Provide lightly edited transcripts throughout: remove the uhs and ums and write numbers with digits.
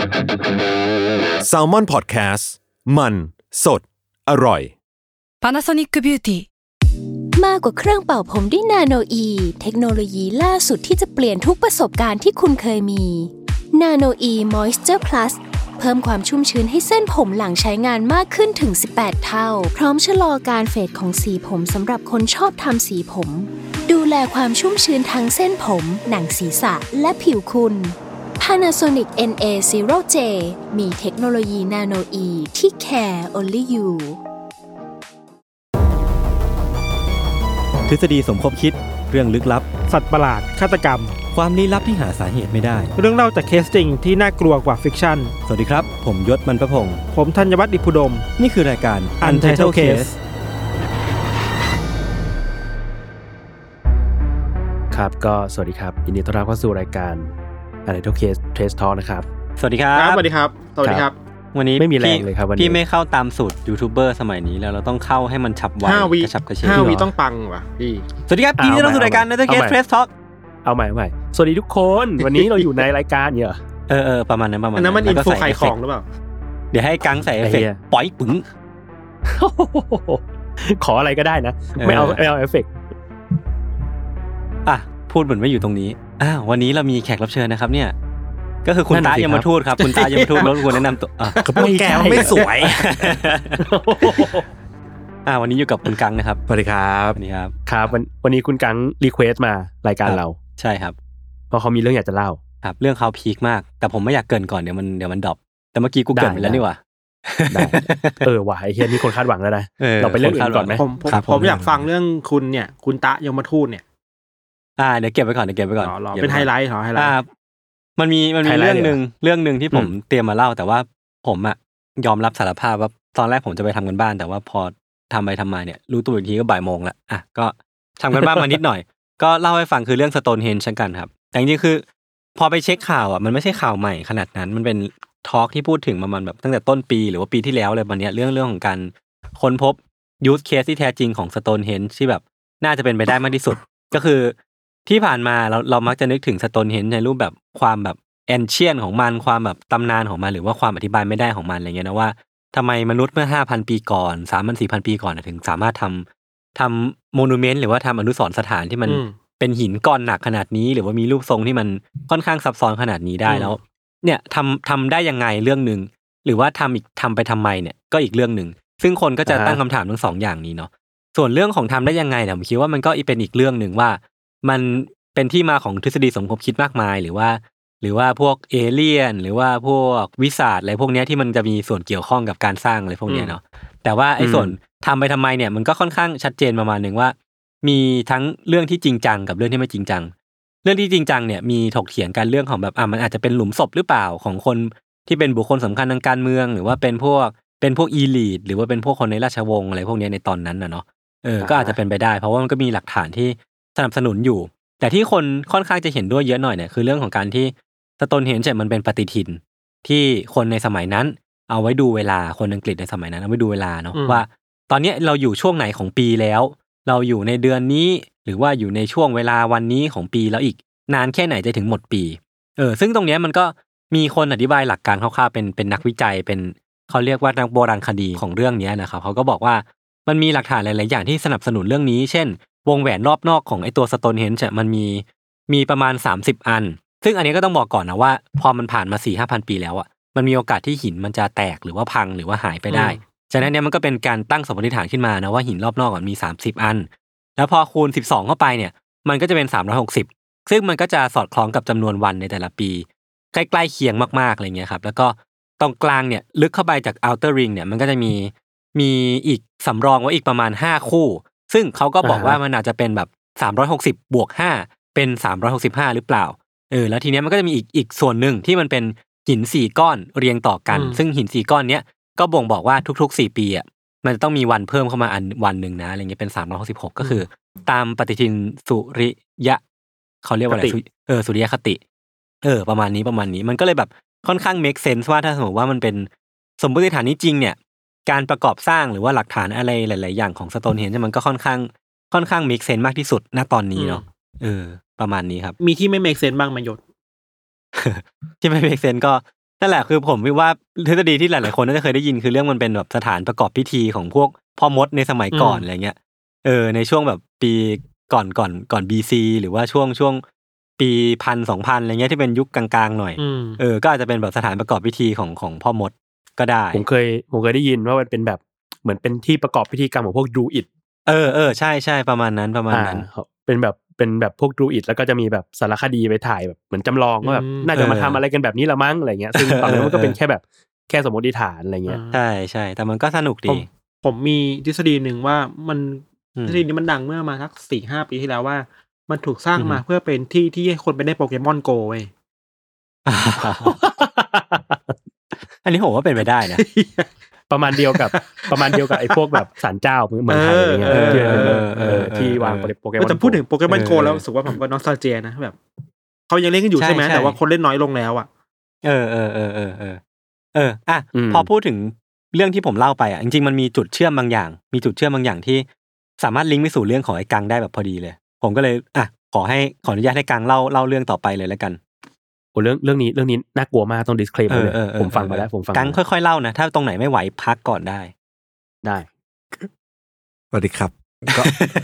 Salmon Podcast มันสดอร่อย Panasonic Beauty มากกว่าเครื่องเป่าผมด้วยนาโนอีเทคโนโลยีล่าสุดที่จะเปลี่ยนทุกประสบการณ์ที่คุณเคยมีนาโนอีมอยส์เจอร์พลัสเพิ่มความชุ่มชื้นให้เส้นผมหลังใช้งานมากขึ้นถึง18เท่าพร้อมชะลอการเฟดของสีผมสำหรับคนชอบทำสีผมดูแลความชุ่มชื้นทั้งเส้นผมหนังศีรษะและผิวคุณ Panasonic NA0J มีเทคโนโลยีนาโนอีที่ care only you ทฤษฎีสมคบคิดเรื่องลึกลับสัตว์ประหลาดฆาตกรรมความลี้ลับที่หาสาเหตุไม่ได้เรื่องเล่าจากเคสจริงที่น่ากลัวกว่าฟิกชั่นสวัสดีครับผมยศมันประพงษ์ผมธัญวัฒน์อิพุดมนี่คือรายการ Untitled Case ครับก็สวัสดีครับยินดีต้อนรับเข้าสู่รายการ Untitled Case Trace Talk นะครับสวัสดีครับสวัสดีครับสวัสดีครับวันนี้ไม่มีแรงเลยครับวันนี้พี่ไม่เข้าตามสูตรยูทูบเบอร์สมัยนี้แล้วเราต้องเข้าให้มันฉับไวกระฉับกระเฉง 5 วิต้องปังว่ะพี่สวัสดีครับยินดีต้อนรับสู่รายการ Untitled Case Trace Talk เอาใหม่สวัสดีทุกคนวันนี้เราอยู่ในรายการเนี่ยประมาณนั้นอันนั้นมันอินโฟขายของหรือเปล่าเดี๋ยวให้กังใส่เอฟเฟกต์ปล่อยปึ๋งขออะไรก็ได้นะไม่เอาเอฟเฟกต์พูดเหมือนไม่อยู่ตรงนี้วันนี้เรามีแขกรับเชิญนะครับเนี่ยก็คือคุณตายมทูตครับคุณตายมทูตรบกวนแนะนำตัวไม่แก้วไม่สวยวันนี้อยู่กับคุณกังนะครับสวัสดีครับสวัสดีครับครับวันนี้คุณกังรีเควสต์มารายการเราใช่ครับเพราะเขามีเรื่องอยากจะเล่าครับเรื่องเขาพีคมากแต่ผมไม่อยากเกริ่นก่อนเดี๋ยวมันดรอปแต่เมื่อกี้กูเกริ่นไปแล้วนี่หว่าได้ว่ะไอ้เหี้ยนี่คนคาดหวังแล้วนะเราไปเรื่องอื่นก่อนมั้ยผมอยากฟังเรื่องคุณเนี่ยคุณตะยมทูตเนี่ยเดี๋ยวเก็บไว้ก่อนเป็นไฮไลท์เหรอไฮไลท์มันมีเรื่องนึงที่ผมเตรียมมาเล่าแต่ว่าผมยอมรับสารภาพว่าตอนแรกผมจะไปทำกันบ้านแต่ว่าพอทำไปทำมาเนี่ยรู้ตัวอีกทีก็บ่ายโมงแล้วก็ทำกันบ้านมานิดหน่อยก็เล่าให้ฟังคือเรื่อง Stonehenge กันครับแต่จริงๆคือพอไปเช็คข่าวมันไม่ใช่ข่าวใหม่ขนาดนั้นมันเป็นทอล์กที่พูดถึงประมาณแบบตั้งแต่ต้นปีหรือว่าปีที่แล้วเลยวันนี้เรื่องของการค้นพบ use case ที่แท้จริงของ Stonehenge ที่แบบน่าจะเป็นไปได้มากที่สุดก็คือที่ผ่านมาเรามักจะนึกถึง Stonehenge ในรูปแบบความแบบ ancient ของมันความแบบตำนานของมันหรือว่าความอธิบายไม่ได้ของมันอะไรเงี้ยนะว่าทำไมมนุษย์เมื่อ 5,000 ปีก่อน 3,000-4,000 ปีก่อนถึงสามารถทำโมนูเมนต์หรือว่าทำอนุสรณ์สถานที่มันเป็นหินก้อนหนักขนาดนี้หรือว่ามีรูปทรงที่มันค่อนข้างซับซ้อนขนาดนี้ได้แล้วเนี่ยทำได้ยังไงเรื่องนึงหรือว่าทำไปทำไมเนี่ยก็อีกเรื่องนึงซึ่งคนก็จะตั้งคำถามทั้งสองอย่างนี้เนาะส่วนเรื่องของทำได้ยังไงเนี่ยผมคิดว่ามันก็เป็นอีกเรื่องนึงว่ามันเป็นที่มาของทฤษฎีสมคบคิดมากมายหรือว่าพวกเอเลี่ยนหรือว่าพวกวิสาสอะไรพวกนี้ที่มันจะมีส่วนเกี่ยวข้องกับการสร้างอะไรพวกนี้เนาะแต่ว่าไอ้ส่วนทำไปทำไมเนี่ยมันก็ค่อนข้างชัดเจนประมาณนึงว่ามีทั้งเรื่องที่จริงจังกับเรื่องที่ไม่จริงจังเรื่องที่จริงจังเนี่ยมีถกเถียงกันเรื่องของแบบมันอาจจะเป็นหลุมศพหรือเปล่าของคนที่เป็นบุคคลสำคัญทางการเมืองหรือว่าเป็นพวกอีลีทหรือว่าเป็นพวกคนในราชวงศ์อะไรพวกนี้ในตอนนั้นเนาะก็อาจจะเป็นไปได้เพราะว่ามันก็มีหลักฐานที่สนับสนุนอยู่แต่ที่คนค่อนข้างจะเห็นด้วยเยอะหน่อยเนี่ยคือเรื่องของการที่Stonehengeมันเป็นปฏิทินที่คนในสมัยนั้นเอาไว้ดูเวลาคนอังกฤษในสมัยนั้นเอาไว้ดูเวลาเนาะว่าตอนนี้เราอยู่ช่วงไหนของปีแล้วเราอยู่ในเดือนนี้หรือว่าอยู่ในช่วงเวลาวันนี้ของปีแล้วอีกนานแค่ไหนจะถึงหมดปีซึ่งตรงนี้มันก็มีคนอธิบายหลักการคร่าวๆเป็นนักวิจัยเป็นเขาเรียกว่านักโบราณคดีของเรื่องนี้นะครับเขาก็บอกว่ามันมีหลักฐานหลายๆอย่างที่สนับสนุนเรื่องนี้เช่นวงแหวนรอบนอกของไอ้ตัว Stonehenge มันมีประมาณ30อันซึ่งอันนี้ก็ต้องบอกก่อนนะว่าพอมันผ่านมา 4-5,000 ปีแล้วมันมีโอกาสที่หินมันจะแตกหรือว่าพังหรือว่าหายไปได้ฉะนั้นเนี่ยมันก็เป็นการตั้งสมมติฐานขึ้นมานะว่าหินรอบนอกมี30อันแล้วพอคูณ12เข้าไปเนี่ยมันก็จะเป็น360ซึ่งมันก็จะสอดคล้องกับจำนวนวันในแต่ละปีใกล้ๆเคียงมากๆอะไรเงี้ยครับแล้วก็ตรงกลางเนี่ยลึกเข้าไปจาก outer ring เนี่ยมันก็จะมีอีกสำรองไว้อีกประมาณ5คู่ซึ่งเขาก็บอกว่ามันอาจจะเป็นแบบ360บวก5เป็น365หรือเปล่าแล้วทีเนี้ยมันก็จะมีอีกส่วนหนึ่งที่มันเป็นหิน4ก้อนเรียงต่อกันซึ่งหิน4ก้อนเนี้ยก็บ่งบอกว่าทุกๆ4ปีมันจะต้องมีวันเพิ่มเข้ามาวันนึงนะอะไรเงี้ยเป็น366ก็คือตามปฏิทินสุริยะเขาเรียกว่าอะไรสุริยคติประมาณนี้มันก็เลยแบบค่อนข้าง make sense ว่าถ้าสมมติว่ามันเป็นสมมติฐานนี้จริงเนี่ยการประกอบสร้างหรือว่าหลักฐานอะไรหลายๆอย่างของ Stonehenge มันก็ค่อนข้าง make sense มากที่สุดณตอนนี้เนาะประมาณนี้ครับมีที่ไม่ make sense บ้างมั้ยยศที่ไม่ make sense ก็นั่นแหละคือผมว่าทฤษฎีที่หลายๆคนน่าจะเคยได้ยินคือเรื่องมันเป็นแบบสถานประกอบพิธีของพวกพ่อมดในสมัยก่อนอะไรเงี้ยในช่วงแบบปีก่อน BC หรือว่าช่วงปี1,000-2,000อะไรเงี้ยที่เป็นยุคกลางๆหน่อยก็อาจจะเป็นแบบสถานประกอบพิธีของพ่อมดก็ได้ผมเคยได้ยินว่ามันเป็นแบบเหมือนเป็นที่ประกอบพิธีกรรมของพวกดรูอิดใช่ๆประมาณนั้นเป็นแบบพวกดรูอิดแล้วก็จะมีแบบสารคดีไปถ่ายแบบเหมือนจำลองว่าแบบน่าจะมาทำอะไรกันแบบนี้ละมั้งอะไรเงี้ยซึ่งตอนนั้นมันก็เป็นแค่สมมติฐานอะไรเงี้ยใช่แต่มันก็สนุกดีผมมีทฤษฎีหนึ่งว่ามันทฤษฎีนี้มันดังเมื่อมาสัก 4-5 ปีที่แล้วว่ามันถูกสร้างมาเพื่อเป็นที่ให้คนไปได้โปเกมอนโกเว้ยอันนี้ผมว่าเป็นไปได้นะประมาณเดียวกับไอ้พวกแบบศาลเจ้าเมืองไทยอะไรเงี้ยที่วางโปเกมอนแต่พูดถึงโปเกมอนโกแล้วรู้สึกว่าผมก็นอสตาเจียนะแบบเขายังเล่นกันอยู่ใช่ไหมแต่ว่าคนเล่นน้อยลงแล้วอ่ะพอพูดถึงเรื่องที่ผมเล่าไปอ่ะจริงๆมันมีจุดเชื่อมบางอย่างที่สามารถลิงก์ไปสู่เรื่องของไอ้กังได้แบบพอดีเลยผมก็เลยขออนุญาตให้กังเล่าเรื่องต่อไปเลยแล้วกันโอ้เรื่องนี้น่ากลัวมากต้อง disclaimer เลยผมฟังมาแล้วกังค่อยๆเล่านะถ้าตรงไหนไม่ไหวพักก่อนได้สวัสดีครับก็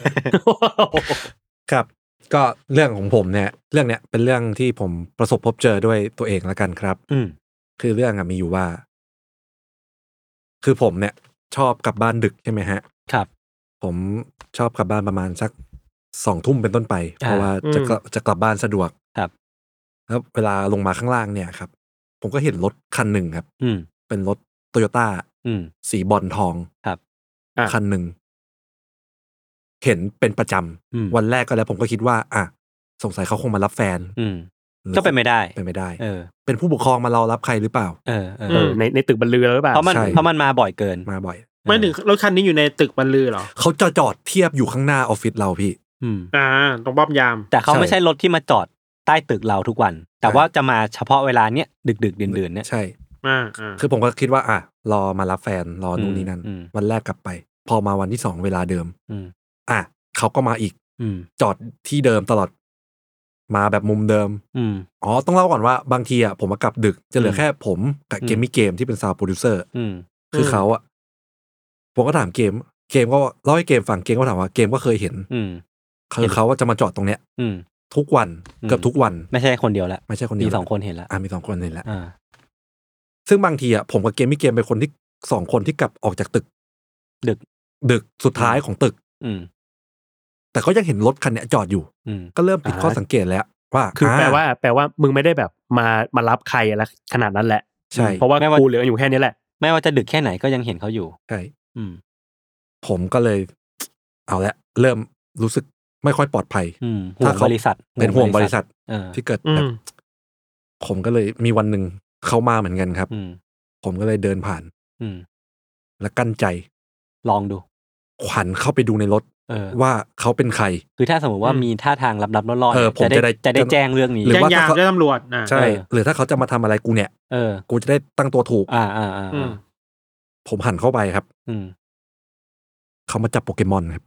ครับก็เรื่องของผมเนี่ยเรื่องเนี้ยเป็นเรื่องที่ผมประสบพบเจอด้วยตัวเองแล้วกันครับคือเรื่องมีอยู่ว่าคือผมเนี่ยชอบกลับบ้านดึกใช่ไหมฮะครับผมชอบกลับบ้านประมาณสัก 20:00 นเป็นต้นไปเพราะว่าจะกลับบ้านสะดวกครับแล้วเวลาลงมาข้างล่างเนี่ยครับผมก็เห็นรถคันหนึ่งครับเป็นรถโตโยต้าสีบอลทองครับคันหนึ่งเห็นเป็นประจำวันแรกก็แล้วผมก็คิดว่าสงสัยเขาคงมารับแฟนก็เป็นไม่ได้เป็นผู้ปกครองมารอรับใครหรือเปล่าในตึกบรรลือหรือเปล่าเพราะมันมาบ่อยเกินมาบ่อยไม่ถึงรถคันนี้อยู่ในตึกบรรลือเหรอเขาจอดเทียบอยู่ข้างหน้าออฟฟิศเราพี่ตรงป้อมยามแต่เขาไม่ใช่รถที่มาจอดใต้ตึกเราทุกวันแต่ว่าจะมาเฉพาะเวลาเนี้ยดึกดื่นเนี่ยใช่คือผมก็คิดว่ารอมารับแฟนรอนู่นนี่นั่นวันแรกกลับไปพอมาวันที่2เวลาเดิมเขาก็มาอีกจอดที่เดิมตลอดมาแบบมุมเดิมต้องเล่าก่อนว่าบางทีผมมากลับดึกจะเหลือแค่ผมกับเกมที่เป็นซาวด์โปรดิวเซอร์คือเขาผมก็ถามเกมก็เล่าให้เกมฟังเกมก็ถามว่าเกมก็เคยเห็นคือเขาจะมาจอดตรงเนี้ยทุกวันเกือบทุกวันไม่ใช่คนเดียวแล้วไม่ใช่คนเดียวมี2คนเห็นแล้วมี2คนเห็นแล้วซึ่งบางทีผมกับเกมเป็นคนที่2คนที่กลับออกจากตึกดึกสุดท้ายของตึกแต่ก็ยังเห็นรถคันนี้จอดอยู่ก็เริ่มผิดข้อสังเกตแล้วว่าคือแปลว่ามึงไม่ได้แบบมารับใครอะไรขนาดนั้นแหละใช่เพราะว่ากูเหลืออยู่แค่นี้แหละไม่ว่าจะดึกแค่ไหนก็ยังเห็นเขาอยู่ใช่ผมก็เลยเอาละเริ่มรู้สึกไม่ค่อยปลอดภัยถ้าบริษัทเป็นห่วงบริษัทที่เกิดแบบผมก็เลยมีวันหนึ่งเขามาเหมือนกันครับผมก็เลยเดินผ่านแล้วกั้นใจลองดูขวัญเข้าไปดูในรถว่าเขาเป็นใครคือถ้าสมมติว่ามีท่าทางลับๆล่อๆจะได้แจ้งเรื่องนี้หรือว่าแจ้งตำรวจใช่หรือถ้าเขาจะมาทำอะไรกูเนี่ยกูจะได้ตั้งตัวถูกผมหันเข้าไปครับเขามาจับโปเกมอนครับ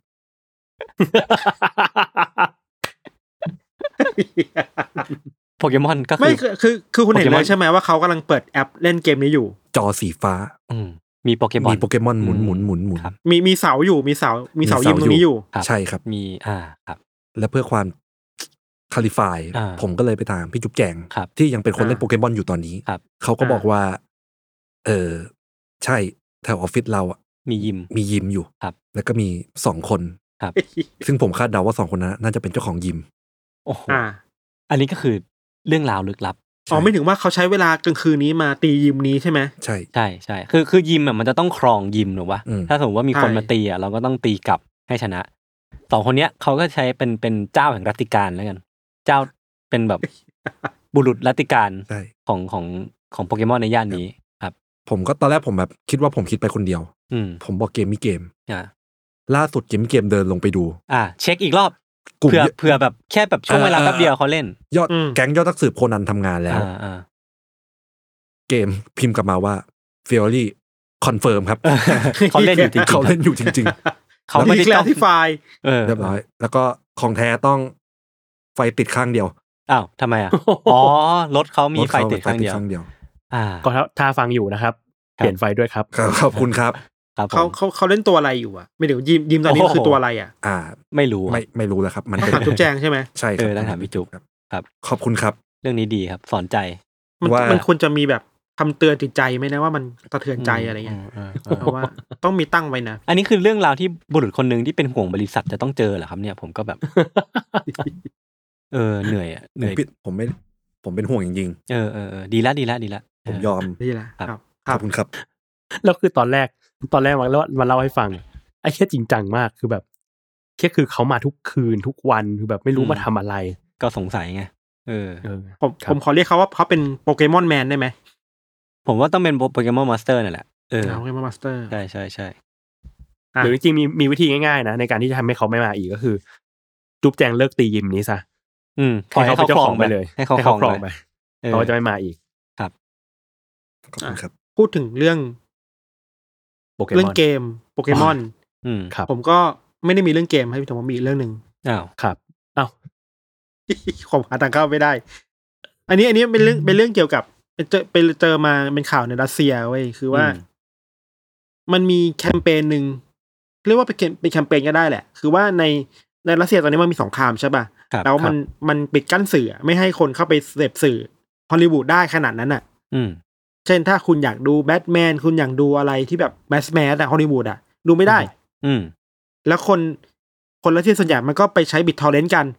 โปเกมอนก็ไม่คือคุณเห็นเลยใช่ไหมว่าเขากำลังเปิดแอปเล่นเกมนี้อยู่จอสีฟ้ามีโปเกมอนหมุนมีเสาอยู่มีเสายิมตรงนี้อยู่ใช่ครับมีครับและเพื่อความคลาริฟายผมก็เลยไปถามพี่จุ๊บแจงที่ยังเป็นคนเล่นโปเกมอนอยู่ตอนนี้เขาก็บอกว่าใช่แถวออฟฟิศเรามียิมอยู่แล้วก็มี2คนซึ่งผมคาดเดาว่า2คนนั้นน่าจะเป็นเจ้าของยิมโอ้โหอันนี้ก็คือเรื่องราวลึกลับไม่ถึงว่าเขาใช้เวลากลางคืนนี้มาตียิมนี้ใช่ไหมใช่คือยิมมันจะต้องครองยิมหรอวะถ้าสมมติว่ามีคนมาตีเราก็ต้องตีกลับให้ชนะ2คนเนี้ยเขาก็ใช้เป็นเจ้าแห่งรัตติการแล้วกันเจ้าเป็นแบบบุรุษรัตติการของโปเกมอนในย่านนี้ครับผมก็ตอนแรกผมแบบคิดว่าผมคิดไปคนเดียวผมบอกเกมล่าสุดเกมเดินลงไปดูเช็คอีกรอบเผื่อแบบแค่แบบช่วงเวลาแป๊บเดียวเขาเล่นยอดแก๊งยอดนักสืบโคนันทำงานแล้วเกมพิมพ์กลับมาว่าเฟอรี่คอนเฟิร์มครับเขาเล่นอยู่จริงเขาเล่นอยู่จริงๆเขาไม่ได้ต้องที่ไฟเรียบร้อยแล้วก็ของแท้ต้องไฟติดข้างเดียวทำไมรถเขามีไฟติดข้างเดียวก็ถ้าฟังอยู่นะครับเปลี่ยนไฟด้วยครับขอบคุณครับเขาเล่นตัวอะไรอยู่อ่ะไม่เดี๋ยวยิมตอนนี้คือตัวอะไรอ่ะไม่รู้ไม่รู้แล้วครับมันเป็นจุ๊บแจงใช่ไหมใช่ครับต้องถามพี่จุ๊บครับขอบคุณครับเรื่องนี้ดีครับสอนใจมันควรจะมีแบบคำเตือนจิตใจไหมนะว่ามันสะเทือนใจอะไรเงี้ยเพราะว่าต้องมีตั้งไว้นะอันนี้คือเรื่องราวที่บุรุษคนนึงที่เป็นห่วงบริษัทจะต้องเจอเหรอครับเนี่ยผมก็แบบเหนื่อยอ่ะเหนื่อยผมเป็นห่วงจริงๆดีละผมยอมดีละครับขอบคุณครับแล้วคือตอนแรกมาเล่าให้ฟังไอ้แค่จริงจังมากคือแบบแค่คือเขามาทุกคืนทุกวันคือแบบไม่รู้มาทำอะไรก็สงสัยไงผมขอเรียกเขาว่าเขาเป็นโปเกมอนแมนได้ไหมผมว่าต้องเป็นโปเกมอนมาสเตอร์นั่นแหละโปเกมอนมาสเตอร์ใช่หรือจริงๆมีวิธีง่ายๆนะในการที่จะทำให้เขาไม่มาอีกก็คือจุ๊บแจงเลิกตียิมนี้ซะให้เขาเป็นเจ้าของไปเลยให้เขาครองไปเขาจะไม่มาอีกครับขอบคุณครับพูดถึงเรื่องเกมโปเกมอนผมก็ไม่ได้มีเรื่องเกมให้พี่ผมมีเรื่องนึงครับผมหาทางเข้าไม่ได้อันนี้เป็นเรื่องเกี่ยวกับไปเจอมาเป็นข่าวในรัสเซียเว้ยคือว่ามันมีแคมเปญนึงเรียกว่าเป็นแคมเปญก็ได้แหละคือว่าในรัสเซียตอนนี้มันมีสงครามใช่ป่ะแล้วมันปิดกั้นสื่อไม่ให้คนเข้าไปเสพสื่อฮอลลีวูดได้ขนาดนั้นอ่ะเช่นถ้าคุณอยากดูแบทแมนคุณอยากดูอะไรที่แบบแมสอะฮอลลีวูดอะดูไม่ได้แล้วคนรัสเซียส่วนใหญ่มันก็ไปใช้บิตทอร์เรนต์กัน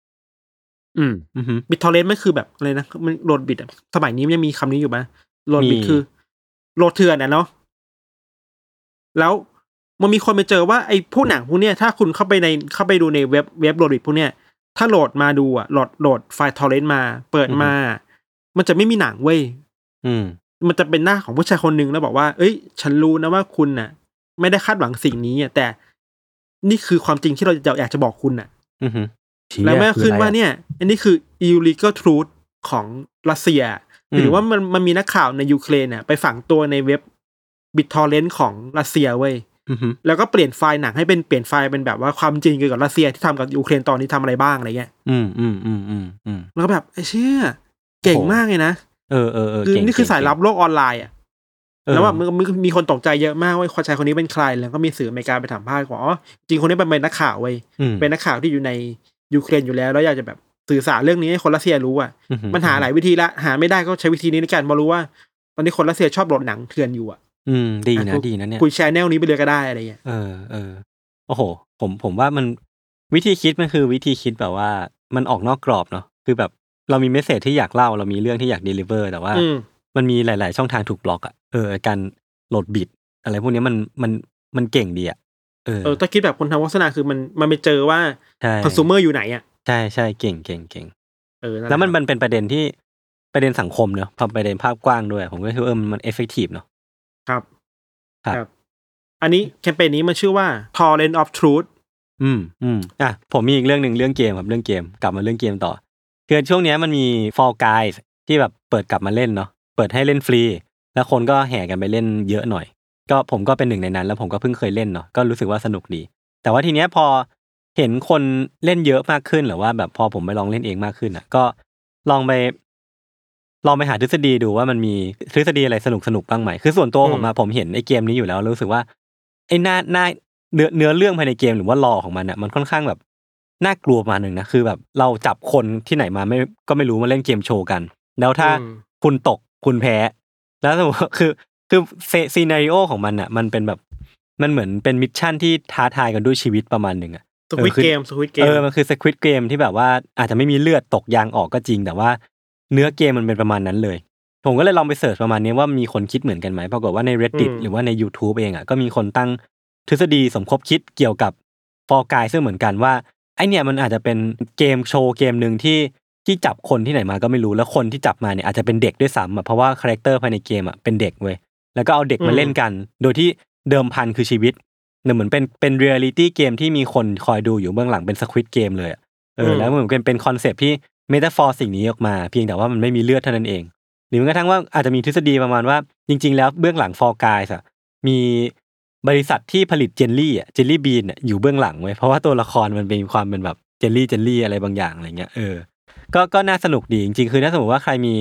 บิตทอร์เรนต์มันคือแบบอะไรนะมันโหลดบิตสมัยนี้ยังมีคำนี้อยู่ไหมโหลดบิตคือโหลดเถื่อนนะเนาะแล้วมันมีคนไปเจอว่าไอ้พวกหนังพวกเนี้ยถ้าคุณเข้าไปดูในเว็บโหลดบิตพวกเนี้ยถ้าโหลดมาดูอะโหลดไฟล์ทอร์เรนต์มาเปิดมามันจะไม่มีหนังเว้ยมันจะเป็นหน้าของผู้ชายคนหนึ่งแล้วบอกว่าเอ้ยฉันรู้นะว่าคุณน่ะไม่ได้คาดหวังสิ่งนี้แต่นี่คือความจริงที่เราอยากจะบอกคุณน่ะแล้วแม่ขึ้นว่าเนี่ยอันนี้คือ illegal truth ของรัสเซียหรือว่ามันมีนักข่าวในยูเครนน่ะไปฝังตัวในเว็บ BitTorrent ของรัสเซียเว้ยแล้วก็เปลี่ยนไฟล์หนังให้เป็นเปลี่ยนไฟล์เป็นแบบว่าความจริงเกี่ยวกับรัสเซียที่ทำกับยูเครนตอนนี้ทำอะไรบ้างอะไรเงี้ยแล้วก็แบบไอ้เชี่ยเก่งมากเลยนะคือนี่คือสายลับโลกออนไลน์อ่ะแล้วแบบมีคนตกใจเยอะมากว่าคนชายคนนี้เป็นใครแล้วก็มีสื่ออเมริกาไปถามภาคว่าอ๋อจริงคนนี้เป็นนักข่าวเว้ยเป็นนักข่าวที่อยู่ในยูเครนอยู่แล้วอยากจะแบบสื่อสารเรื่องนี้ให้คนรัสเซียรู้อ่ะมันหาหลายวิธีละหาไม่ได้ก็ใช้วิธีนี้ในการมารู้ว่าตอนนี้คนรัสเซียชอบโหลดหนังเถื่อนอยู่อ่ะดีนะเนี่ยคุยแชร์แนลนี้ไปเลยก็ได้อะไรเงี้ยโอ้โหผมว่ามันวิธีคิดมันคือวิธีคิดแบบว่ามันออกนอกกรอบเนาะคือแบบเรามีเมสเสจที่อยากเล่าเรามีเรื่องที่อยากเดลิเวอร์แต่ว่ามันมีหลายๆช่องทางถูกบล็อกอ่ะการโหลดบิตอะไรพวกนี้มันเก่งดีอ่ะถ้าคิดแบบคนทำโฆษณาคือมันไปเจอว่าคอนซูเมอร์อยู่ไหนอ่ะใช่เก่งแล้วมันเป็นประเด็นที่ประเด็นสังคมเนอะพอประเด็นภาพกว้างด้วยผมก็คิดว่ามันเอฟเฟกตีฟเนาะครับอันนี้แคมเปญนี้มันชื่อว่า Torrent of Truth ผมมีอีกเรื่องนึงเรื่องเกมครับเรื่องเกมกลับมาเรื่องเกมต่อคือช่วงนี้มันมี Fall Guys ที่แบบเปิดกลับมาเล่นเนาะเปิดให้เล่นฟรีแล้วคนก็แห่กันไปเล่นเยอะหน่อยก็ผมก็เป็นหนึ่งในนั้นแล้วผมก็เพิ่งเคยเล่นเนาะก็รู้สึกว่าสนุกดีแต่ว่าทีเนี้ยพอเห็นคนเล่นเยอะมากขึ้นหรือว่าแบบพอผมไปลองเล่นเองมากขึ้นอ่ะก็ลองไปหาทฤษฎีดูว่ามันมีทฤษฎีอะไรสนุกบ้างไหมคือส่วนตัวผมเห็นไอ้เกมนี้อยู่แล้วรู้สึกว่าไอ้หน้าเนื้อเรื่องภายในเกมหรือว่าลอของมันน่ะมันค่อนข้างแบบน่ากลัวมาหนึ่งนะคือแบบเราจับคนที่ไหนมาก็ไม่รู้มาเล่นเกมโชว์กันแล้วถ้าคุณตกคุณแพ้แล้วสมมติคือซีนาริโอของมันน่ะมันเป็นแบบมันเหมือนเป็นมิชชั่นที่ท้าทายกันด้วยชีวิตประมาณนึงอ่ะสควิดเกมมันคือสควิดเกมที่แบบว่าอาจจะไม่มีเลือดตกยางออกก็จริงแต่ว่าเนื้อเกมมันเป็นประมาณนั้นเลยผมก็เลยลองไปเสิร์ชประมาณนี้ว่ามีคนคิดเหมือนกันไหมปรากฏว่าใน Reddit หรือว่าใน YouTube เองอ่ะก็มีคนตั้งทฤษฎีสมคบคิดเกี่ยวกับ Fall Guys ซึ่งเหมือนกันว่าไอเนี่ยมันอาจจะเป็นเกมโชว์เกมนึงที่จับคนที่ไหนมาก็ไม่รู้แล้วคนที่จับมาเนี่ยอาจจะเป็นเด็กด้วยซ้ำอ่ะเพราะว่าคาแรคเตอร์ภายในเกมอ่ะเป็นเด็กเว้ยแล้วก็เอาเด็กมาเล่นกันโดยที่เดิมพันคือชีวิตเหมือนเป็นเรียลิตี้เกมที่มีคนคอยดูอยู่เบื้องหลังเป็นสควิดเกมเลยแล้วเหมือนเป็นคอนเซปต์ที่เมตาฟอร์สิ่งนี้ออกมาเพียงแต่ว่ามันไม่มีเลือดเท่านั้นเองหรือแม้กระทั่งว่าอาจจะมีทฤษฎีประมาณว่าจริงๆแล้วเบื้องหลัง Fall Guys อ่ะมีบริษัทที่ผลิตเจลลี่เจลลี่บีนอยู่เบื้องหลังไว้เพราะว่าตัวละครมันเป็นความเป็นแบบเจลลี่อะไรบางอย่างอะไรเงี้ยก็น่าสนุกดีจริงๆคือถ้าสมมติว่าใครมี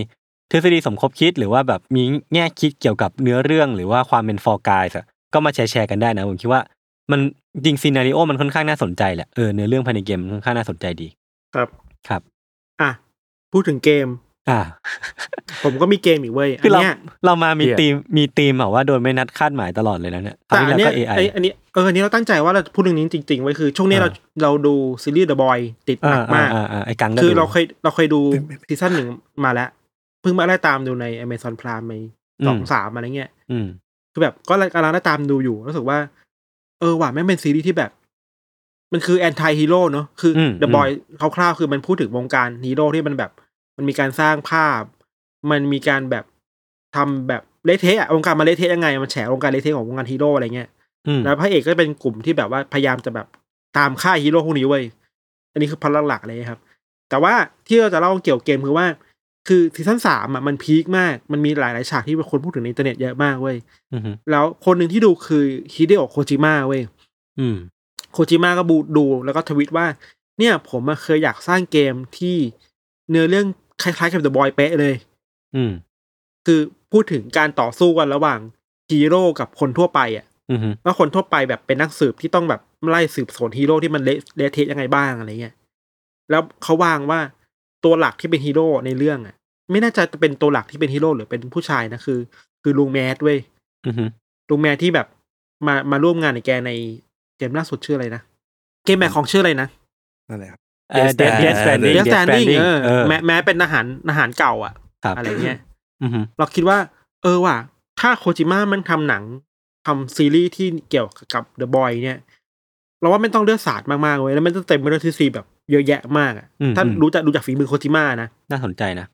ทฤษฎีสมคบคิดหรือว่าแบบมีแง่คิดเกี่ยวกับเนื้อเรื่องหรือว่าความเป็น Fall Guys ก็มาแชร์กันได้นะผมคิดว่ามันจริงซีนาริโอมันค่อนข้างน่าสนใจแหละเนื้อเรื่องภายในเกมค่อนข้างน่าสนใจดีครับพูดถึงเกมผมก็มีเกมอีกเว้ยคือเรามามีธีมแบบว่าโดยไม่นัดคาดหมายตลอดเลยนะเนี่ยแต่อันนี้อันนี้เราตั้งใจว่าเราพูดเรื่องนี้จริงๆไว้คือช่วงนี้เราดูซีรีส์ The Boy ติดหนักมากไอ้กังคือเราเคยดูซีซั่น1มาแล้วเพิ่งมาไล่ตามดูใน Amazon Prime ไป 2-3 อะไรเงี้ยคือแบบก็กำลังไล่ตามดูอยู่รู้สึกว่าว่ะแม่งเป็นซีรีส์ที่แบบมันคือแอนตี้ฮีโร่เนาะคือ The Boy คร่าวๆคือมันพูดถึงวงการฮีโร่ที่มันแบบมันมีการสร้างภาพมันมีการแบบทำแบบเละเทะวงการมันเละเทะยังไงมันแฉวงการเละเทะของวงการฮีโร่อะไรเงี้ยแล้วพระเอกก็เป็นกลุ่มที่แบบว่าพยายามจะแบบตามฆ่าฮีโร่พวกนี้เว้ยอันนี้คือพลังหลักเลยครับแต่ว่าที่เราจะเล่าเกี่ยวเกมคือว่าคือซีซั่น3มันพีคมากมันมีหลายฉากที่คนพูดถึงในอินเทอร์เน็ตเยอะมากเว้ยแล้วคนหนึ่งที่ดูคือฮิเดโอะโคจิมะเว้ยโคจิมะก็ดูแล้วก็ทวิตว่าเนี่ยผมเคยอยากสร้างเกมที่เนื้อเรื่องคล้ายๆกับ The Boy เป๊ะเลยคือพูดถึงการต่อสู้กันระหว่างฮีโร่กับคนทั่วไปว่าคนทั่วไปแบบเป็นนักสืบที่ต้องแบบไล่สืบสวนฮีโร่ที่มันเละเทะยังไงบ้างอะไรเงี้ยแล้วเขาวางว่าตัวหลักที่เป็นฮีโร่ในเรื่องไม่น่าจะเป็นตัวหลักที่เป็นฮีโร่หรือเป็นผู้ชายนะคือลุงแมดเว้ยลุงแมดที่แบบมาร่วมงานในแกในเกมล่าสุดชื่ออะไรนะเกมแมทของชื่ออะไรนะนั่นแหละครับ Death Stranding แม้เป็นทหารเก่าอะไรเงี้ยเราคิดว่าว่ะถ้าโคจิมะมันทำหนังทำซีรีส์ที่เกี่ยวกับ The Boy เนี่ยเราว่าไม่ต้องเลือดสาดมากๆเลยแล้วมันจะเต็มไปด้วยทฤษฎีแบบเยอะแยะมากถ้าดูจากฝีมือโคจิมะนะน่าสนใจนะ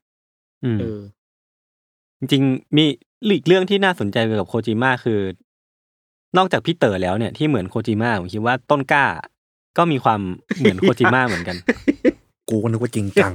จริงๆมีอีกเรื่องที่น่าสนใจเกี่ยวกับโคจิมะคือนอกจากพี่เต๋อแล้วเนี่ยที่เหมือนโคจิมะผมคิดว่าต้นกล้าก็มีความเหมือนโคจิมะเหมือนกันกูก็นึกว่าจริงจัง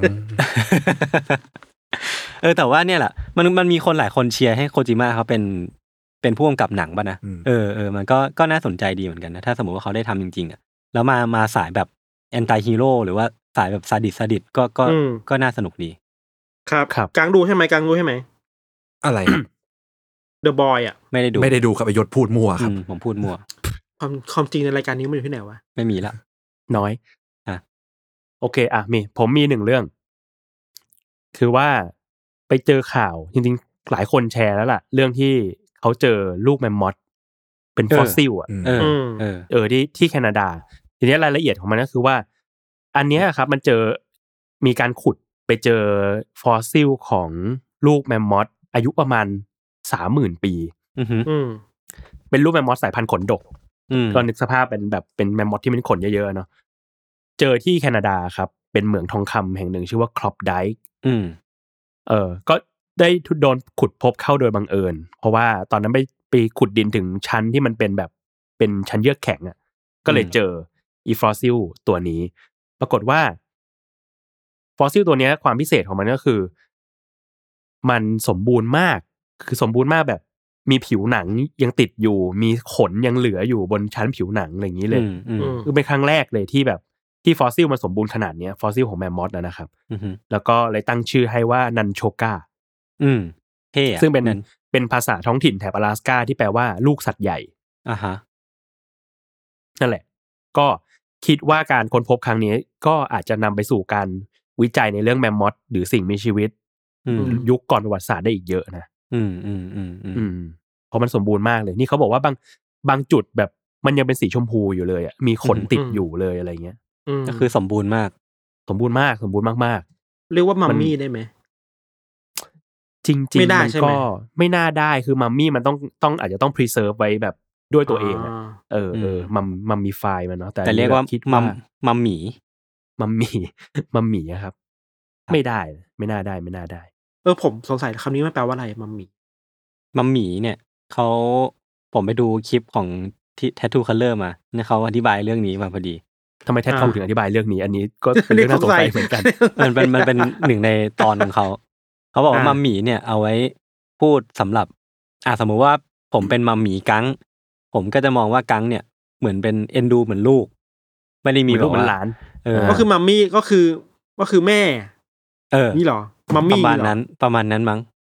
แต่ว่าเนี่ยแหละมันมีคนหลายคนเชียร์ให้โคจิมะเขาเป็นผู้กำกับหนังป่ะนะมันก็น่าสนใจดีเหมือนกันนะถ้าสมมติว่าเขาได้ทำจริงๆแล้วมาสายแบบแอนตี้ฮีโร่หรือว่าสายแบบซาดิสก็น่าสนุกดีครับกลางดูใช่ไหมอะไร The Boy ไม่ได้ดูครับไอยศพูดมั่วครับผมพูดมั่วความจริงในรายการนี้มันอยู่ที่ไหนวะไม่มีละน้อยโอเคผมมี1เรื่องคือว่าไปเจอข่าวจริงๆหลายคนแชร์แล้วล่ะเรื่องที่เขาเจอลูกแมมมอธเป็นฟอสซิลที่แคนาดาทีนี้รายละเอียดของมันก็คือว่าอันนี้ครับมันมีการขุดไปเจอฟอสซิลของลูกแมมมอธอายุประมาณ 30,000 ปีเป็นลูกแมมมอธสายพันธุ์ขนดกก็นึกสภาพเป็นแมมมอธที่มันขนเยอะๆเนาะเจอที่แคนาดาครับเป็นเหมืองทองคำแห่งหนึ่งชื่อว่าคลอปไดค์ก็ได้โดนขุดพบเข้าโดยบังเอิญเพราะว่าตอนนั้นไปขุดดินถึงชั้นที่มันเป็นแบบเป็นชั้นเยือกแข็งก็เลยเจออีฟอสซิลตัวนี้ปรากฏว่าฟอสซิลตัวนี้ความพิเศษของมันก็คือมันสมบูรณ์มากคือสมบูรณ์มากแบบมีผิวหนังยังติดอยู่มีขนยังเหลืออยู่บนชั้นผิวหนังอะไรอย่างนี้เลยคือเป็นครั้งแรกเลยที่แบบที่ฟอสซิลมันสมบูรณ์ขนาดนี้ฟอสซิลของแมมมอธนะครับแล้วก็เลยตั้งชื่อให้ว่านันโชกาเท่ซึ่งเป็นภาษาท้องถิ่นแถบ阿拉斯าที่แปลว่าลูกสัตว์ใหญ่นั่นแหละก็คิดว่าการค้นพบครั้งนี้ก็อาจจะนำไปสู่การวิจัยในเรื่องแมมมอธหรือสิ่งมีชีวิตยุคก่อนประวัติศาสตร์ได้อีกเยอะนะเพราะมันสมบูรณ์มากเลยนี่เขาบอกว่าบางจุดแบบมันยังเป็นสีชมพูอยู่เลยมีขนติดอยู่เลยอะไรเงี้ยก็คือสมบูรณ์มากมากเรียกว่ามัมมี่ได้ไหมจริงๆมันก็ไม่น่าได้คือมัมมี่มันต้องอาจจะต้อง preserve ไว้แบบด้วยตัวเองมัมมีไฟล์มันเนาะแต่เรียกว่ามัมหมีครับไม่ได้ไม่น่าได้ผมสงสัยคำนี้มันแปลว่าอะไรมัมมี่เนี่ยผมไปดูคลิปของที่ Tattoo Color มาเนี่ยเขาอธิบายเรื่องนี้มาพอดีทำไมTattooถึงอธิบายเรื่องนี้อันนี้ก็เป็นเรื่องน่าสงสัยเหมือนกันมันเป็นหนึ่งในตอนของเขาบอกว่ามัมหมีเนี่ยเอาไว้พูดสำหรับสมมุติว่าผมเป็นมัมหมีกังผมก็จะมองว่ากังเนี่ยเหมือนเป็นเอ็นดูเหมือนลูกไม่ได้มีลูกเหมือนหลานก็คือมัมมี่ก็คือแม่นี่หรอมัมมี่ประมาณนั้นมั้ง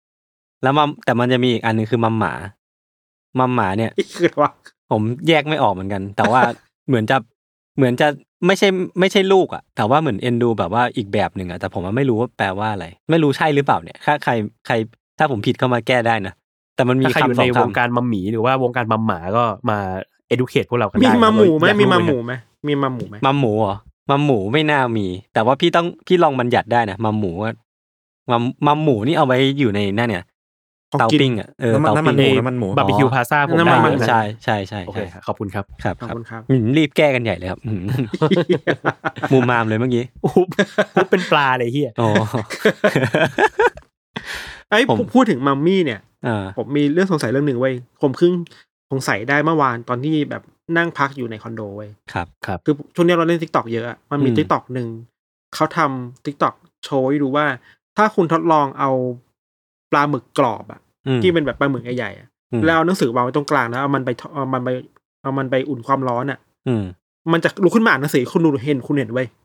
แล้วแต่มันจะมีอีกอันนึงคือมัมหมาเนี่ยคือว่าผมแยกไม่ออกเหมือนกันแต่ว่าเหมือนจะไม่ใช่ลูกอ่ะแต่ว่าเหมือนเอ็นดูแบบว่าอีกแบบนึงอ่ะแต่ผมไม่รู้ว่าแปลว่าอะไรไม่รู้ใช่หรือเปล่าเนี่ยถ้าใครถ้าผมผิดเข้ามาแก้ได้นะแต่มันมีคำสองคำในวงการมัมหมีหรือว่าวงการมัมหมาก็มา educate พวกเรากันได้มีมัมหมูมั้ยมีมัมหมูมั้ยมัมหมูเหรอมัมหมูไม่น่ามีแต่ว่าพี่ลองบัญญัติได้นะมัมหมูว่ามัมหมูนี่เอาไว้อยู่ในนั่นเนี่ยเตาปิ้งอ่ะเตาปิ้งน้ำมันหมูบาร์บีคิวพาซ่าผมได้ใช่โอเคขอบคุณครับขอบคุณครับรีบแก้กันใหญ่เลยครับมูมามเลยเมื่อกี้ปุ๊บเป็นปลาเลยเหี้ยอ๋อไอ้พูดถึงมัมมี่เนี่ยผมมีเรื่องสงสัยเรื่องนึงเว้ยผมเพิ่งสงสัยได้เมื่อวานตอนที่แบบนั่งพักอยู่ในคอนโดเว้ยครับคือช่วงนี้เราเล่น TikTok เยอะมันมี TikTok นึงเขาทำ TikTok โชว์ให้ดูว่าถ้าคุณทดลองเอาปลาหมึกกรอบอ่ะที่เป็นแบบปลาหมึกใหญ่ๆแล้วเอาหนังสือวางไว้ตรงกลางแล้วเอามันไปอุ่นความร้อนอ่ะมันจะลุกขึ้นมาอ่านหนังสือคุณเห็นเว้ย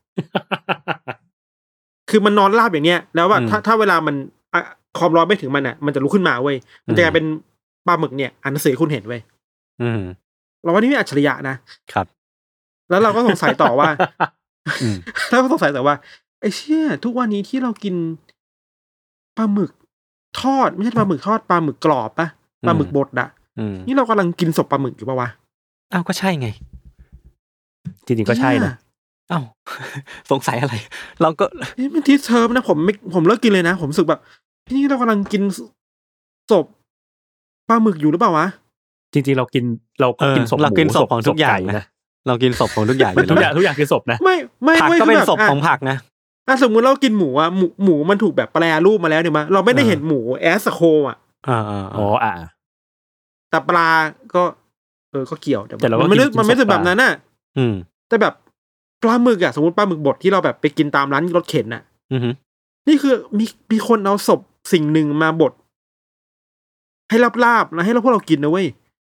คือมันนอนราบอย่างเนี้ยแล้วว่าถ้าเวลามันความร้อนไม่ถึงมันอ่ะมันจะลุกขึ้นมาเว้ยมันจะกลายเป็นปลาหมึกเนี่ยอ่านหนังสือคุณเห็นเว้ยเราว่านี่ไม่อัจฉริยะนะครับแล้วเราก็สงสัยต่อว่าแล้วก็สงสัยต่อว่าไอ้เชี่ยทุกวันนี้ที่เรากินปลาหมึกทอดไม่ใช่ปลาหมึกทอดปลาหมึกกรอบปะปลาหมึกบดอ่ะนี่เรากำลังกินศพปลาหมึกอยู่ปะวะอ้าวก็ใช่ไงจริงๆก็ใช่นะอ้าวสงสัยอะไรเราก็มันที่เชิร์ฟนะผมเลิกกินเลยนะผมรู้สึกแบบนี่เรากำลังกินศพปลาหมึกอยู่หรือเปล่าวะจริงๆเรากินศพเรากินศพของทุกอย่างนะเรากินศพของทุกอย่างทุกอย่างคือศพนะไม่ผักก็เป็นศพของผักนะสมมุติเรากินหมูอ่ะหมูมันถูกแบบแปรรูปมาแล้วเนี่ยมั้ยเราไม่ได้เห็นหมูแอสโคอ่ะแต่ปลาก็ก็เกี่ยวแต่มันไม่ถึงแบบนั้นน่ะแต่แบบปลาหมึกอ่ะสมมุติปลาหมึกบดที่เราแบบไปกินตามร้านรถเข็นน่ะนี่คือมีคนเอาศพสิ่งหนึ่งมาบดให้ลาบๆแล้วให้พวกเรากินนะเว้ย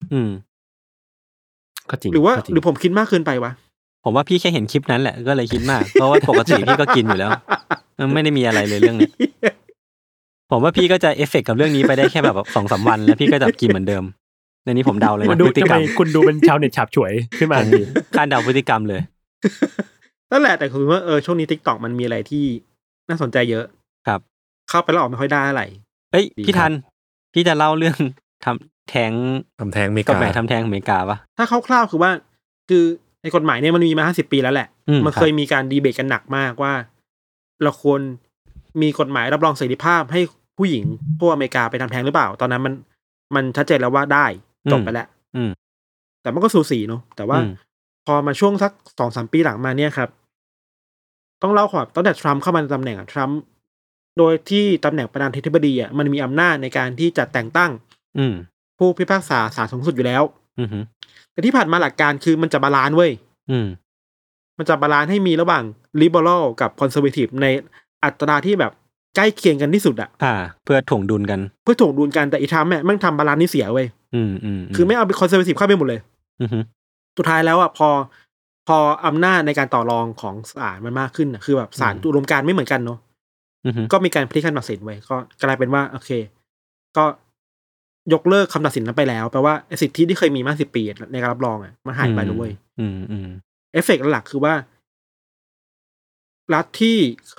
ก็จริงหรือผมคิดมากเกินไปวะผมว่าพี่แค่เห็นคลิปนั้นแหละก็เลยคิดมากเพราะว่าปกติพี่ก็กินอยู่แล้วไม่ได้มีอะไรเลยเรื่องนี้ผมว่าพี่ก็จะเอฟเฟคกับเรื่องนี้ไปได้แค่แบบ 2-3 วันแล้วพี่ก็จะกินเหมือนเดิมในนี้ผมเดาเลยพฤติกรรมคุณดูเป็นชาวเน็ตฉาบฉวยขึ้นมาดีคาดเดาพฤติกรรมเลยนั่นแหละแต่คือว่าช่วงนี้ TikTok มันมีอะไรที่น่าสนใจเยอะครับเข้าไปแล้วออกไม่ค่อยได้อะไรเอ้ยพี่ทันพี่จะเล่าเรื่องทำแท้งอเมริกากฎหมายทำแท้งอเมริกาปะถ้าคร่าวๆคือว่าคือไอ้กฎหมายเนี่ยมันมีมา50 ปีแล้วแหละมันเคยมีการดีเบตกันหนักมากว่าเราควรมีกฎหมายรับรองเสรีภาพให้ผู้หญิงพวกอเมริกาไปทำแท้งหรือเปล่าตอนนั้นมันชัดเจนแล้วว่าได้จบไปแล้วแต่มันก็สูสีเนาะแต่ว่าพอมาช่วงสัก 2-3 ปีหลังมาเนี่ยครับต้องเล่าก่อนตั้งแต่ทรัมป์เข้ามาในตำแหน่งทรัมป์โดยที่ตำแหน่งประธานาธิบดีมันมีอำนาจในการที่จะแต่งตั้งผู้พิพากษาศาลสูงสุดอยู่แล้วแต่ที่ผ่านมาหลักการคือมันจะบาลานซ์เว้ยมันจะบาลานซ์ให้มีระหว่าง liberal กับ conservative ในอัตราที่แบบใกล้เคียงกันที่สุดเพื่อถ่วงดุลกันแต่อีทรัมป์แม่งทำบาลานซ์นี่เสียเว้ยคือไม่เอา conservative เข้าไปหมดเลยสุดท้ายแล้วพออำนาจในการต่อรองของศาลมันมากขึ้นคือแบบศาลอุดมการณ์ไม่เหมือนกันเนาะก็มีการพลิกคำตัดสินไว้ก็กลายเป็นว่าโอเคก็ยกเลิกคำตัดสินนั้นไปแล้วแปลว่าสิทธิที่เคยมีมา10 ปีในการรับรองมันหายไปด้วยเอฟเฟกต์หลักคือว่ารัฐที่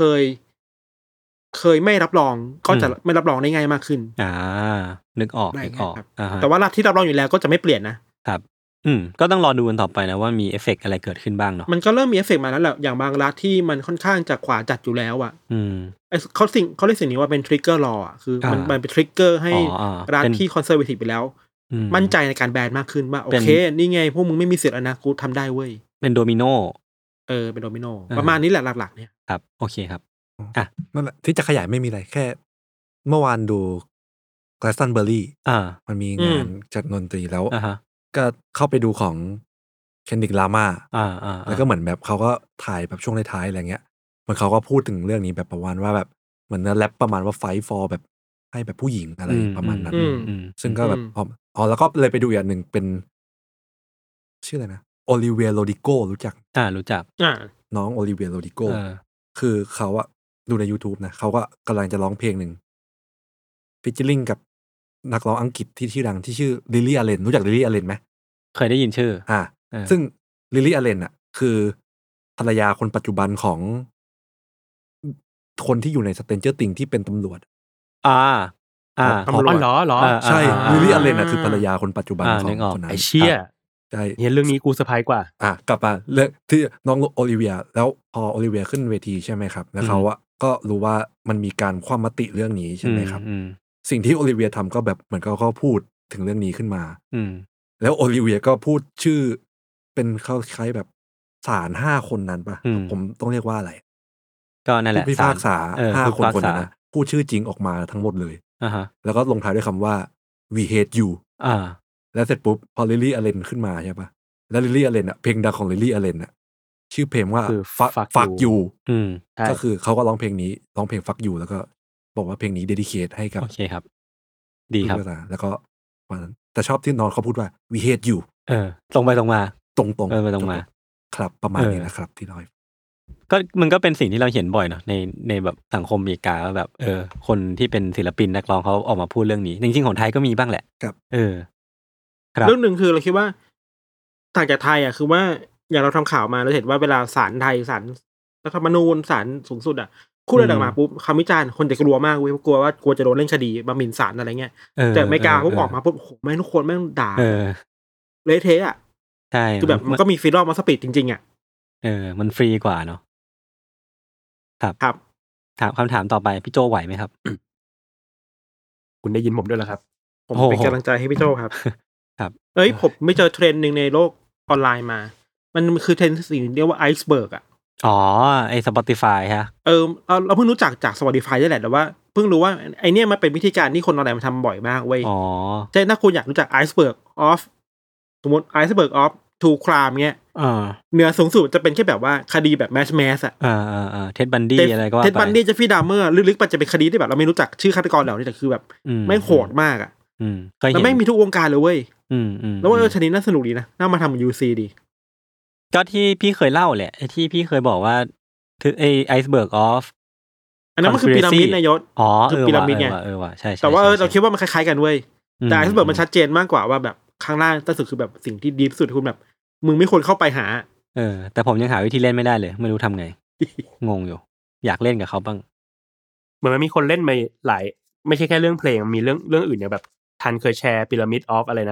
เคยไม่รับรองก็จะไม่รับรองได้ง่ายมากขึ้นนึกออกแต่ว่ารัฐที่รับรองอยู่แล้วก็จะไม่เปลี่ยนนะครับก็ต้องรอดูกันต่อไปนะว่ามีเอฟเฟกต์อะไรเกิดขึ้นบ้างเนาะมันก็เริ่มมีเอฟเฟกต์มาแล้วแหละอย่างบางรัฐที่มันค่อนข้างจะขวาจัดอยู่แล้วเขาเรียกสิ่งนี้ว่าเป็นทริกเกอร์ลอคือมันเป็นทริกเกอร์ให้รัฐที่คอนเซอร์เวทีฟไปแล้วมั่นใจในการแบนมากขึ้นว่าโอเคนี่ไงพวกมึงไม่มีสิทธิ์แล้วนะกูทำได้เว้ยเป็นโดมิโนเป็นโดมิโนประมาณนี้แหละหลักๆเนี่ยครับโอเคครับนั่นแหละที่จะขยายไม่มีอะไรแค่เมื่อวานดู Glastonbury มันมีงานจัดดนตรีแล้วก็เข้าไปดูของKendrick Lamarแล้วก็เหมือนแบบเขาก็ถ่ายแบบช่วงท้ายๆอะไรเงี้ยมันเขาก็พูดถึงเรื่องนี้แบบประมาณว่าแบบเหมือนแรปประมาณว่า fight for แบบให้แบบผู้หญิงอะไรประมาณนั้นซึ่งก็แบบแล้วก็เลยไปดูอย่างหนึ่งเป็นชื่ออะไรนะโอลิเวียโรดิโกรู้จักน้องโอลิเวียโรดิโกคือเขาอะดูใน YouTube นะเขาก็กำลังจะร้องเพลงหนึ่งฟีเจอริ่งกับนักร้องอังกฤษที่ชื่อดังที่ชื่อลิลลี่อเลนรู้จักลิลลี่อเลนไหมเคยได้ยินชื่อซึ่งลิลลี่อเลนอ่ะคือภรรยาคนปัจจุบันของคนที่อยู่ในสเตนเจอร์ติงที่เป็นตำรวจตำรวจเหรอใช่ลิลลี่อเลนอ่ะคือภรรยาคนปัจจุบันของคนนั้นไอ้เชี่ยใช่เห็นเรื่องนี้กูเซอร์ไพรส์กว่ากลับมาเรื่องที่น้องโอลิเวียแล้วพอโอลิเวียขึ้นเวทีใช่ไหมครับแล้วเขาก็รู้ว่ามันมีการคว่ำมติเรื่องนี้ใช่ไหมครับสิ่งที่โอลิเวียทำก็แบบเหมือนเขาพูดถึงเรื่องนี้ขึ้นมาแล้วโอลิเวียก็พูดชื่อเป็นเขาคล้ายแบบศาล5 คนนั้นปะผมต้องเรียกว่าอะไรก็นั่นแหละผู้พิพากษา5 คนนั้นนะพูดชื่อจริงออกมาทั้งหมดเลยแล้วก็ลงท้ายด้วยคำว่า we hate you แล้วเสร็จปุ๊บพอลิลลี่อเลนขึ้นมาใช่ปะแล้วลิลลี่อเลนอ่ะเพลงดังของลิลลี่อเลนอ่ะชื่อเพลงว่า fuck you ก็คือเขาก็ร้องเพลงนี้ร้องเพลง fuck you แล้วก็บอกว่าเพลงนี้ dedicate ให้กับโอเคครับดีครับแล้วก็แต่ชอบที่น้องเขาพูดว่า we hate you ตรงไปตรงมาตรงไปตรงมาครับประมาณนี้นะครับที่น้อยก็มันก็เป็นสิ่งที่เราเห็นบ่อยเนาะในแบบสังคมอเมริกาว่าแบบคนที่เป็นศิลปินนักร้องเขาออกมาพูดเรื่องนี้จริงๆของไทยก็มีบ้างแหละครับเรื่องนึงคือเราคิดว่าต่างจากไทยอ่ะคือว่าอย่างเราทำข่าวมาเราเห็นว่าเวลาศาลไทยศาลรัฐธรรมนูญศาลสูงสุดอ่ะพูดอะไรออกมาปุ๊บคำวิจารณ์คนจะกลัวมากเว้ยกลัวจะโดนเล่นคดีมาหมิ่นศาลอะไรเงี้ยแต่อเมริกาปุ๊บออกมาปุ๊บโอ้โหแม่งทุกคนแม่งด่าเละเทะอ่ะใช่คือแบบมันก็มีฟรีดอมมาสปีดจริงๆอ่ะมันฟรีกว่าเนาะครับถามคำถามต่อไปพี่โจไหวไหมครับคุณได้ยินผมด้วยเหรอครับผมเป็นกำลังใจให้พี่โจครับครับผมไม่เจอเทรนด์นึงในโลกออนไลน์มามันคือเทรนด์สิ่งเรียกว่าไอซ์เบิร์กอ่ะไอ้ Spotify ฮะเราเพิ่งรู้จักจาก Spotify นี่แหละแต่ว่าเพิ่งรู้ว่าไอเนี้ยมันเป็นวิธีการที่คนออนไลน์มันทำบ่อยมากเว้ยใช่ถ้าคุณอยากรู้จักไอซ์เบิร์กออฟสมมติไอซ์เบิร์กออฟทูครามเงี้ยเนื้อสูงสุดจะเป็นแค่แบบว่าคดีแบบแมสอ่ะเท็ดบันดี้อะไรก็ว่าไปเท็ดบันดี้จะฟีดามเมอร์ลึกๆมันจะเป็นคดีที่แบบเราไม่รู้จักชื่อฆาตกรเหล่านี้แต่คือแบบไม่โหดมากอ่ะแล้วไม่มีทุกวงการเลยเว้ยแล้วว่าชนิดน่าสนุกดีนะน่ามาทำ UC ดีก็ที่พี่เคยเล่าแหละที่พี่เคยบอกว่าคือไอซ์เบิร์กออฟอันนั้นมันคือพีระมิดนายยศคือพีระมิดไงใช่แต่ว่าเราคิดว่ามันคล้ายๆกันเว้ยแต่ไอซ์เบิร์กมันชัดเจนมากกว่าว่าแบบข้างล่างใต้สุดคือแบบสิ่งที่ดีที่สุดคุณแบบมึงไม่ควรเข้าไปหาแต่ผมยังหาวิธีเล่นไม่ได้เลยไม่รู้ทำไง งงอยู่อยากเล่นกับเขาบ้างเหมือนมันมีคนเล่นมาหลายไม่ใช่แค่เรื่องเพลงมีเรื่องอื่นเนี่ยแบบทันเคยแชร์พีระมิดออฟอะไรนะ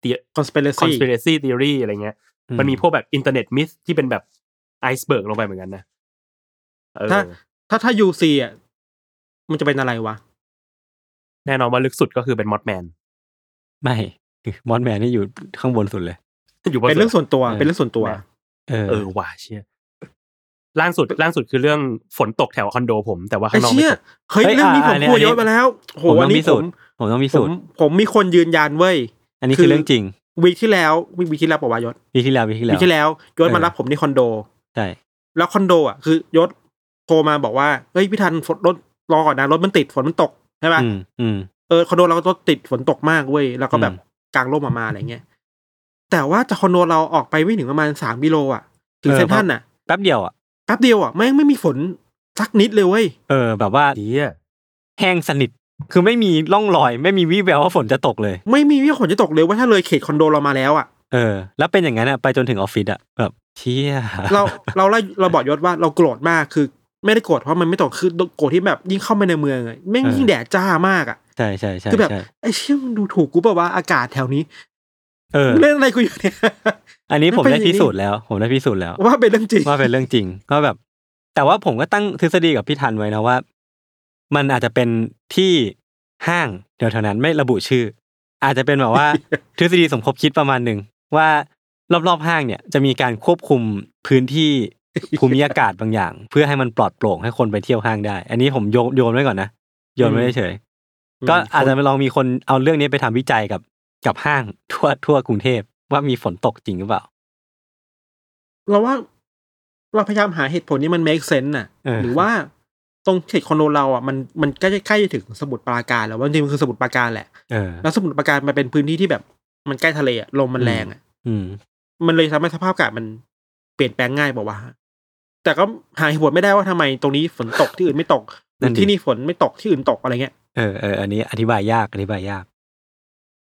conspiracy theory อะไรเงี้ยมันมีพวกแบบอินเทอร์เน็ตมิสที่เป็นแบบไอซ์เบิร์กลงไปเหมือนกันนะถ้า UC อ่ะมันจะเป็นอะไรวะแน่นอนว่าลึกสุดก็คือเป็นมอสแมนไม่มอสแมนนี่อยู่ข้างบนสุดเลยเป็นเรื่องส่วนตัวว่ะเชี่ยล่าสุดคือเรื่องฝนตกแถวคอนโดผมแต่ว่าข้างนอกไม่ตกเฮ้ยเรื่องนี้ผมพูดเยอะมาแล้วโหอันนี้ผมต้องพิสูจน์ผมมีคนยืนยันเว้ยอันนี้คือเรื่องจริงวีคที่แล้วปะวะยศวีคที่แล้วยศมารับผมที่คอนโดใช่แล้วคอนโดอ่ะคือยศโทรมาบอกว่าเฮ้ยพี่ทันรถรอก่อนนะรถมันติดฝนมันตกใช่ป่ะคอนโดเราก็รถติดฝนตกมากเว้ยแล้วก็แบบกางร่มมาอะไรเงี้ยแต่ว่าจากคอนโดเราออกไปไม่ถึงประมาณ3 กิโลอ่ะถึงเซ็นทรัลน่ะแป๊บเดียวอ่ะไม่มีฝนสักนิดเลยเว้ยแบบว่าแห้งสนิทคือไม่มีร่องรอยไม่มีวี่แววว่าฝนจะตกเลยไม่มีวี่ฝนจะตกเลยว่าถ้าเลยเขตคอนโดเรามาแล้วอ่ะแล้วเป็นอย่างนั้นอ่ะไปจนถึงออฟฟิศอ่ะแบบเชี่ยเราบอกยศว่าเราโกรธมากคือไม่ได้โกรธเพราะมันไม่ตกคือโกรธที่แบบยิ่งเข้ามาในเมืองอ่ะแม่งยิ่งแดดจ้ามากอ่ะใช่ๆๆคือแบบไอ้เชี่ยมันดูถูกกูป่ะว่าอากาศแถวนี้เล่นอะไรกูอยู่เนี่ยอันนี้ผมได้พิสูจน์แล้วว่าเป็นเรื่องจริงก็แบบแต่ว่าผมก็ตั้งทฤษฎีกับพี่ทันไว้นะว่ามันอาจจะเป็นที่ห้างเดี๋ยวเท่านั้นไม่ระบุชื่ออาจจะเป็นแบบว่าทฤษฎีสมคบคิดประมาณนึงว่ารอบๆห้างเนี่ยจะมีการควบคุมพื้นที่ภูมิอากาศบางอย่างเพื่อให้มันปลอดโปร่งให้คนไปเที่ยวห้างได้อันนี้ผมโยนไว้ก่อนนะโยนไว้เฉยก็อาจจะไปลองมีคนเอาเรื่องนี้ไปทำวิจัยกับห้างทั่วกรุงเทพว่ามีฝนตกจริงหรือเปล่าเราว่าเราพยายามหาเหตุผลที่มัน make sense น่ะหรือว่าตรงเขตคอนโดเราอ่ะมันใกล้จะถึงสมุทรปราการแล้วว่าจริงมันคือสมุทรปราการแหละแล้วสมุทรปราการมันเป็นพื้นที่ที่แบบมันใกล้ทะเลอ่ะลมมันแรงอ่ะมันเลยทำให้สภาพอากาศมันเปลี่ยนแปลงง่ายบอกว่าแต่ก็หาเหตุผลไม่ได้ว่าทำไมตรงนี้ฝนตก ที่อื่นไม่ตกที่นี่ฝนไม่ตกที่อื่นตกอะไรเงี้ยอันนี้อธิบายยาก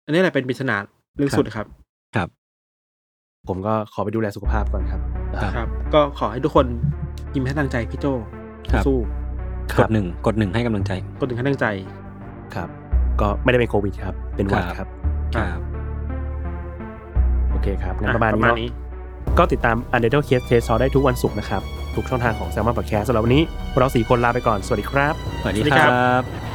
อันนี้แหละเป็นปริศนาเรื่องสุดครับครับผมก็ขอไปดูแลสุขภาพก่อนครับครับก็ขอให้ทุกคนยิ้มให้กำลังใจพี่โจสู้กด1ให้กำลังใจกด1ให้กำลังใจครับก็ไม่ได้เป็นโควิดครับเป็นหวัดครับโอเคครับงั้นประมาณนี้ก็ติดตาม Untitled Case Test ได้ทุกวันศุกร์นะครับทุกช่องทางของ Salmon Podcast สำหรับวันนี้พวกเรา4คนลาไปก่อนสวัสดีครับสวัสดีครับ